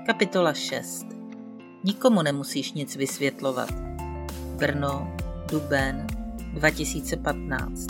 Kapitola 6. Nikomu nemusíš nic vysvětlovat. Brno, duben 2015.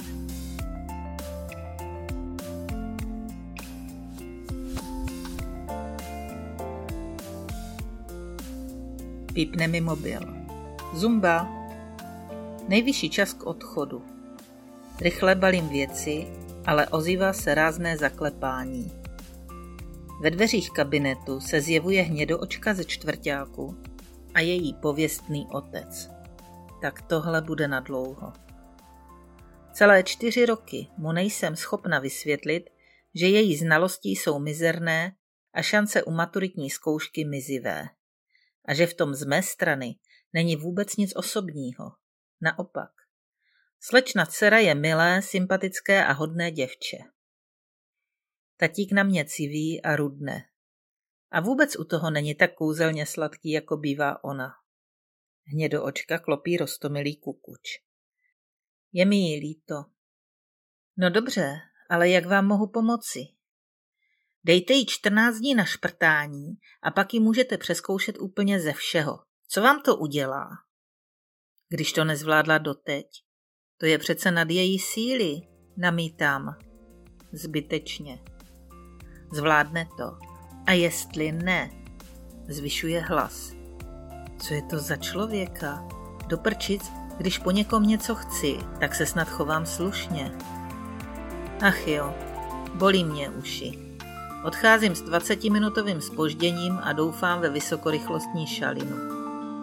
Pípne mi mobil. Zumba. Nejvyšší čas k odchodu. Rychle balím věci, ale ozývá se rázné zaklepání. Ve dveřích kabinetu se zjevuje hnědoočka ze čtvrťáku a její pověstný otec. Tak tohle bude nadlouho. Celé 4 roky mu nejsem schopna vysvětlit, že její znalosti jsou mizerné a šance u maturitní zkoušky mizivé. A že v tom z mé strany není vůbec nic osobního. Naopak. Slečna dcera je milé, sympatické a hodné děvče. Tatík na mě civí a rudne. A vůbec u toho není tak kouzelně sladký, jako bývá ona. Hnědoočka klopí roztomilý kukuč. Je mi jí líto. No dobře, ale jak vám mohu pomoci? Dejte jí 14 dní na šprtání a pak ji můžete přezkoušet úplně ze všeho. Co vám to udělá? Když to nezvládla doteď, to je přece nad její síly, namítám. Zbytečně. Zvládne to. A jestli ne, zvyšuje hlas. Co je to za člověka? Do prčic, když po někom něco chci, tak se snad chovám slušně. Ach jo, bolí mě uši. Odcházím s 20-minutovým zpožděním a doufám ve vysokorychlostní šalinu.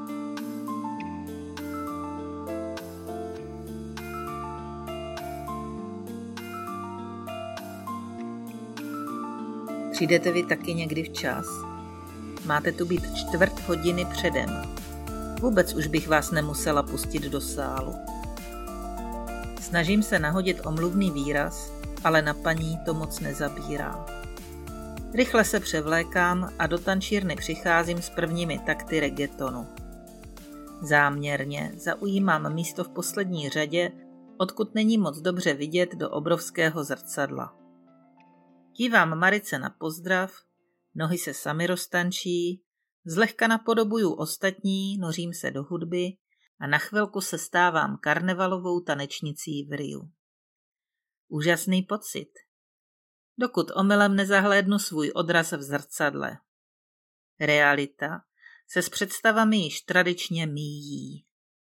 Přijdete vy taky někdy včas. Máte tu být 1/4 hodiny předem. Vůbec už bych vás nemusela pustit do sálu. Snažím se nahodit omluvný výraz, ale na paní to moc nezabírá. Rychle se převlékám a do tančírny přicházím s prvními takty reggaetonu. Záměrně zaujímám místo v poslední řadě, odkud není moc dobře vidět do obrovského zrcadla. Kývám Marice na pozdrav, nohy se sami roztančí, zlehka napodobuju ostatní, nořím se do hudby a na chvilku se stávám karnevalovou tanečnicí v Riu. Úžasný pocit, dokud omylem nezahlédnu svůj odraz v zrcadle. Realita se s představami již tradičně míjí.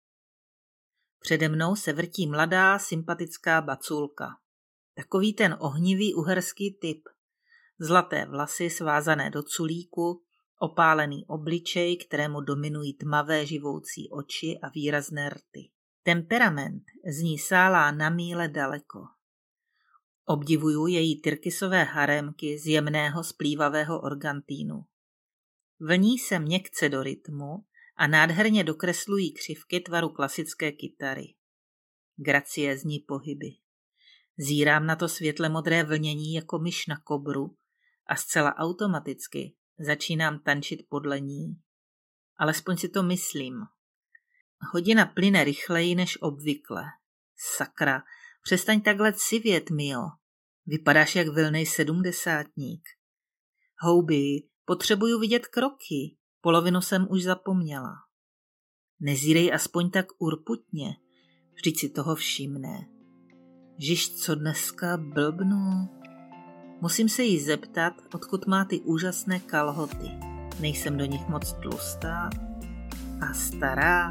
Přede mnou se vrtí mladá, sympatická baculka. Takový ten ohnivý uherský typ. Zlaté vlasy svázané do culíku, opálený obličej, kterému dominují tmavé živoucí oči a výrazné rty. Temperament z ní sálá na míle daleko. Obdivuju její tyrkysové harémky z jemného splývavého organtínu. Vlní se měkce do rytmu a nádherně dokreslují křivky tvaru klasické kytary. Graciézní pohyby. Zírám na to světle modré vlnění jako myš na kobru a zcela automaticky začínám tančit podle ní. Alespoň si to myslím. Hodina plyne rychleji než obvykle. Sakra, přestaň takhle civět, Mio. Vypadáš jak vilnej 70-tník. Houby, potřebuju vidět kroky. Polovinu jsem už zapomněla. Nezírej aspoň tak urputně, vždyť si toho všimne. Žiž, co dneska blbnu? Musím se jí zeptat, odkud má ty úžasné kalhoty. Nejsem do nich moc tlustá a stará.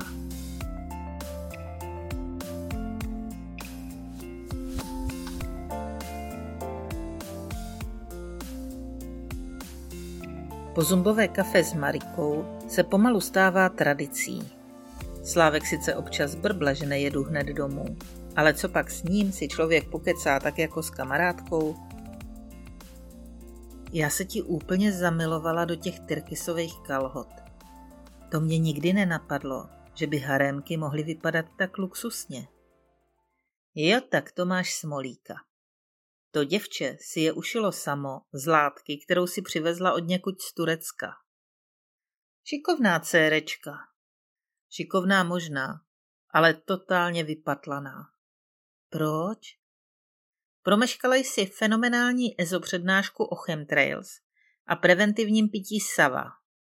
Po zumbové kafe s Marikou se pomalu stává tradicí. Slávek sice občas brble, že nejedu hned domů, ale co pak s ním si člověk pokecá tak jako s kamarádkou? Já se ti úplně zamilovala do těch tyrkysových kalhot. To mě nikdy nenapadlo, že by harémky mohly vypadat tak luxusně. Jo, tak to máš smolíka. To děvče si je ušilo samo z látky, kterou si přivezla od někud z Turecka. Šikovná cérečka. Šikovná možná, ale totálně vypatlaná. Proč? Promeškala jsi fenomenální EZO přednášku o chemtrails a preventivním pití sava.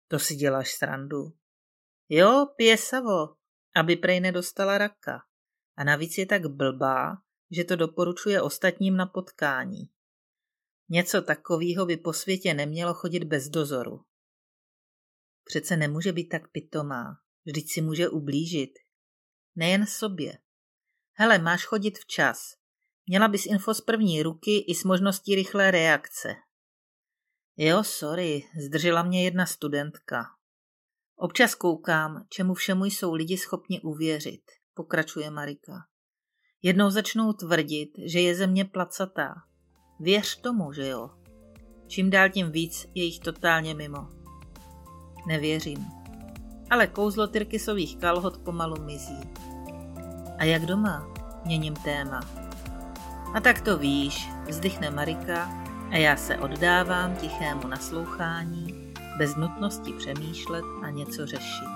To si děláš srandu. Jo, pije savo, aby prej nedostala raka. A navíc je tak blbá, že to doporučuje ostatním na potkání. Něco takového by po světě nemělo chodit bez dozoru. Přece nemůže být tak pitomá, vždyť si může ublížit. Nejen sobě. Hele, máš chodit včas. Měla bys info z první ruky i s možností rychlé reakce. Jo, sorry, zdržela mě jedna studentka. Občas koukám, čemu všemu jsou lidi schopni uvěřit, pokračuje Marika. Jednou začnou tvrdit, že je země placatá. Věř tomu, že jo. Čím dál tím víc je jich totálně mimo. Nevěřím. Ale kouzlo tyrkysových kalhot pomalu mizí. A jak doma? Měním téma. A tak to víš, vzdychne Marika a já se oddávám tichému naslouchání, bez nutnosti přemýšlet a něco řešit.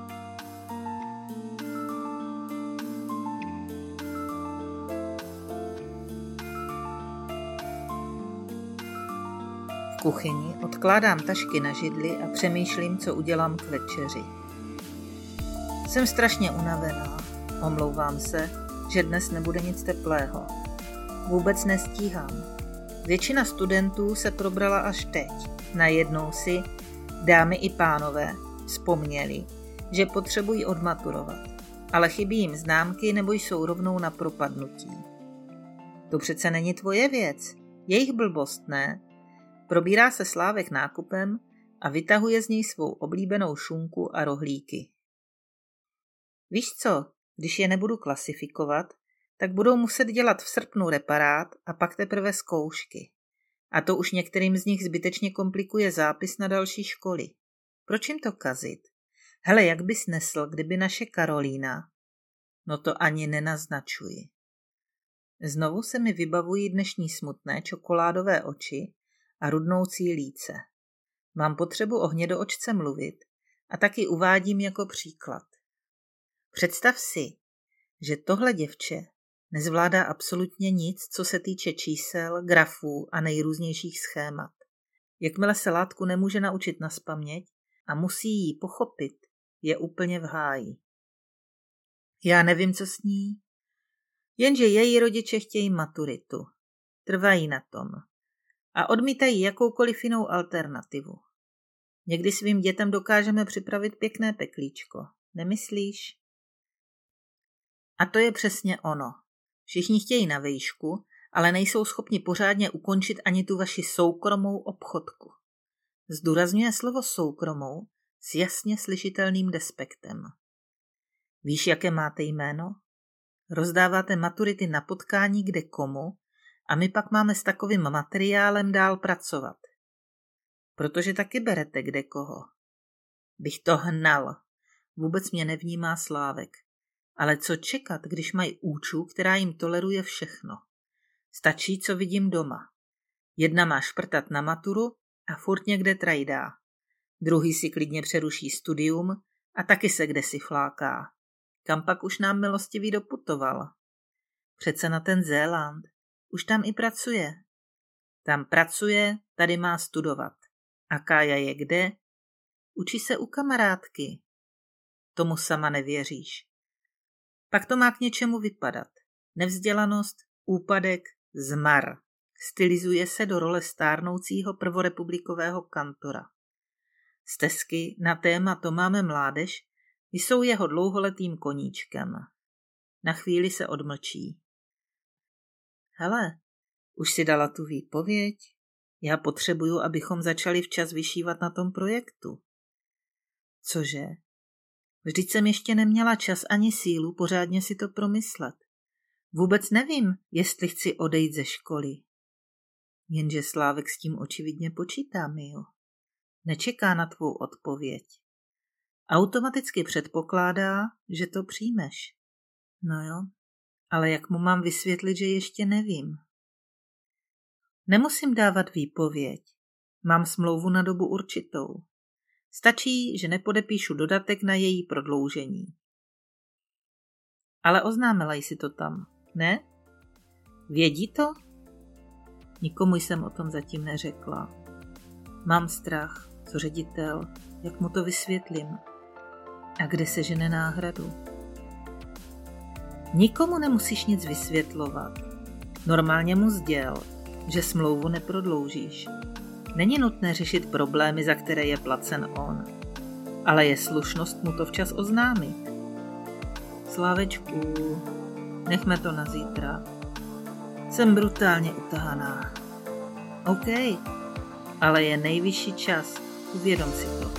V kuchyni odkládám tašky na židli a přemýšlím, co udělám k večeři. Jsem strašně unavená. Omlouvám se, že dnes nebude nic teplého. Vůbec nestíhám. Většina studentů se probrala až teď. Najednou si, dámy i pánové, vzpomněli, že potřebují odmaturovat, ale chybí jim známky nebo jsou rovnou na propadnutí. To přece není tvoje věc, jejich blbost, ne? Probírá se Slávek nákupem a vytahuje z něj svou oblíbenou šunku a rohlíky. Víš co, když je nebudu klasifikovat, tak budou muset dělat v srpnu reparát a pak teprve zkoušky. A to už některým z nich zbytečně komplikuje zápis na další školy. Proč jim to kazit? Hele, jak bys nesl, kdyby naše Karolína? No to ani nenaznačuji. Znovu se mi vybavují dnešní smutné čokoládové oči a rudnoucí líce. Mám potřebu o hnědoočce mluvit a taky uvádím jako příklad. Představ si, že tohle děvče nezvládá absolutně nic, co se týče čísel, grafů a nejrůznějších schémat. Jakmile se látku nemůže naučit nazpaměť a musí ji pochopit, je úplně v háji. Já nevím, co s ní, jenže její rodiče chtějí maturitu. Trvají na tom a odmítají jakoukoliv jinou alternativu. Někdy svým dětem dokážeme připravit pěkné peklíčko, nemyslíš? A to je přesně ono. Všichni chtějí na vejšku, ale nejsou schopni pořádně ukončit ani tu vaši soukromou obchodku. Zdůrazňuje slovo soukromou s jasně slyšitelným despektem. Víš, jaké máte jméno? Rozdáváte maturity na potkání kde komu a my pak máme s takovým materiálem dál pracovat. Protože taky berete kde koho. Bych to hnal. Vůbec mě nevnímá Slávek. Ale co čekat, když mají úču, která jim toleruje všechno? Stačí, co vidím doma. Jedna má šprtat na maturu a furt někde trajdá. Druhý si klidně přeruší studium a taky se kdesi fláká. Kam pak už nám milostivý doputoval? Přece na ten Zéland. Už tam i pracuje. Tam pracuje, tady má studovat. A Kája je kde? Učí se u kamarádky. Tomu sama nevěříš. Pak to má k něčemu vypadat. Nevzdělanost, úpadek, zmar. Stylizuje se do role stárnoucího prvorepublikového kantora. Stesky na téma To máme mládež jsou jeho dlouholetým koníčkem. Na chvíli se odmlčí. Hele, už si dala tu výpověď? Já potřebuju, abychom začali včas vyšívat na tom projektu. Cože? Vždyť jsem ještě neměla čas ani sílu pořádně si to promyslet. Vůbec nevím, jestli chci odejít ze školy. Jenže Slávek s tím očividně počítá, Mio. Nečeká na tvou odpověď. Automaticky předpokládá, že to přijmeš. No jo, ale jak mu mám vysvětlit, že ještě nevím? Nemusím dávat výpověď. Mám smlouvu na dobu určitou. Stačí, že nepodepíšu dodatek na její prodloužení. Ale oznámila jsi to tam, ne? Vědí to? Nikomu jsem o tom zatím neřekla. Mám strach, co ředitel, jak mu to vysvětlím a kde sežene náhradu. Nikomu nemusíš nic vysvětlovat. Normálně mu sděl, že smlouvu neprodloužíš. Není nutné řešit problémy, za které je placen on, ale je slušnost mu to včas oznámit. Slávečku, nechme to na zítra. Jsem brutálně utahaná. OK, ale je nejvyšší čas, uvědom si to.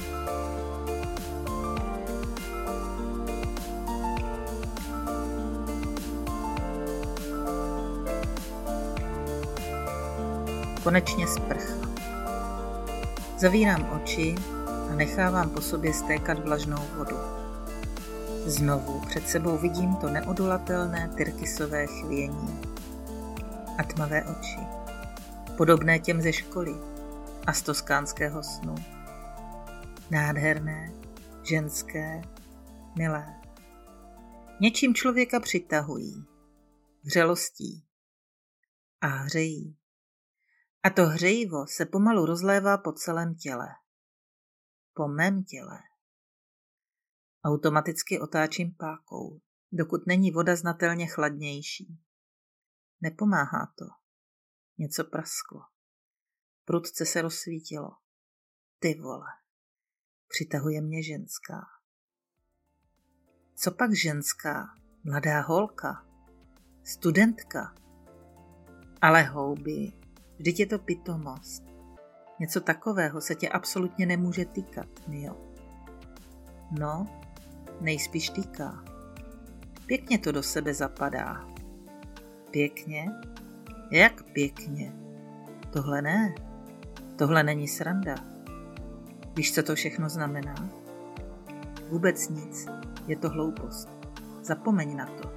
Konečně sprcha. Zavírám oči a nechávám po sobě stékat vlažnou vodu. Znovu před sebou vidím to neodolatelné tyrkysové chvění a tmavé oči, podobné těm ze školy a z toskánského snu. Nádherné, ženské, milé. Něčím člověka přitahují, vřelostí a hřejí. A to hřejivo se pomalu rozlévá po celém těle. Po mém těle. Automaticky otáčím pákou, dokud není voda znatelně chladnější. Nepomáhá to. Něco prasklo. Prudce se rozsvítilo. Ty vole. Přitahuje mě ženská. Co pak ženská? Mladá holka. Studentka. Ale houby. Vždyť je to pitomost. Něco takového se tě absolutně nemůže týkat, Mio. No, nejspíš týká. Pěkně to do sebe zapadá. Pěkně? Jak pěkně? Tohle ne. Tohle není sranda. Víš, co to všechno znamená? Vůbec nic. Je to hloupost. Zapomeň na to.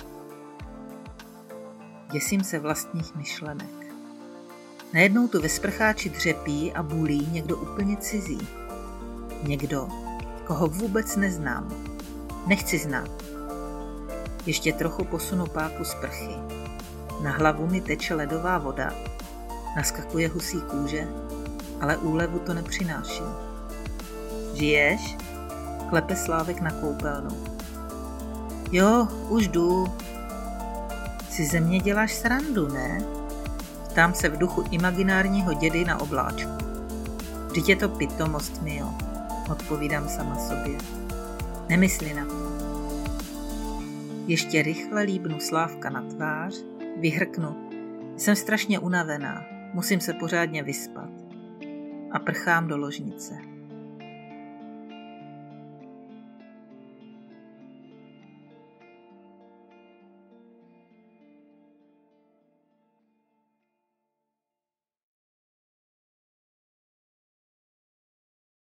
Děsím se vlastních myšlenek. Najednou tu ve sprcháči dřepí a bulí někdo úplně cizí. Někdo, koho vůbec neznám. Nechci znát. Ještě trochu posunu páku sprchy. Na hlavu mi teče ledová voda, naskakuje husí kůže, ale úlevu to nepřináší. Žiješ? Klepe Slávek na koupelnu. Jo, už jdu. Si ze mě děláš srandu, ne? Ptám se v duchu imaginárního dědy na obláčku. Vždyť je to pitomost, Mio, odpovídám sama sobě. Nemysli na to. Ještě rychle líbnu Slávka na tvář, vyhrknu. Jsem strašně unavená, musím se pořádně vyspat. A prchám do ložnice.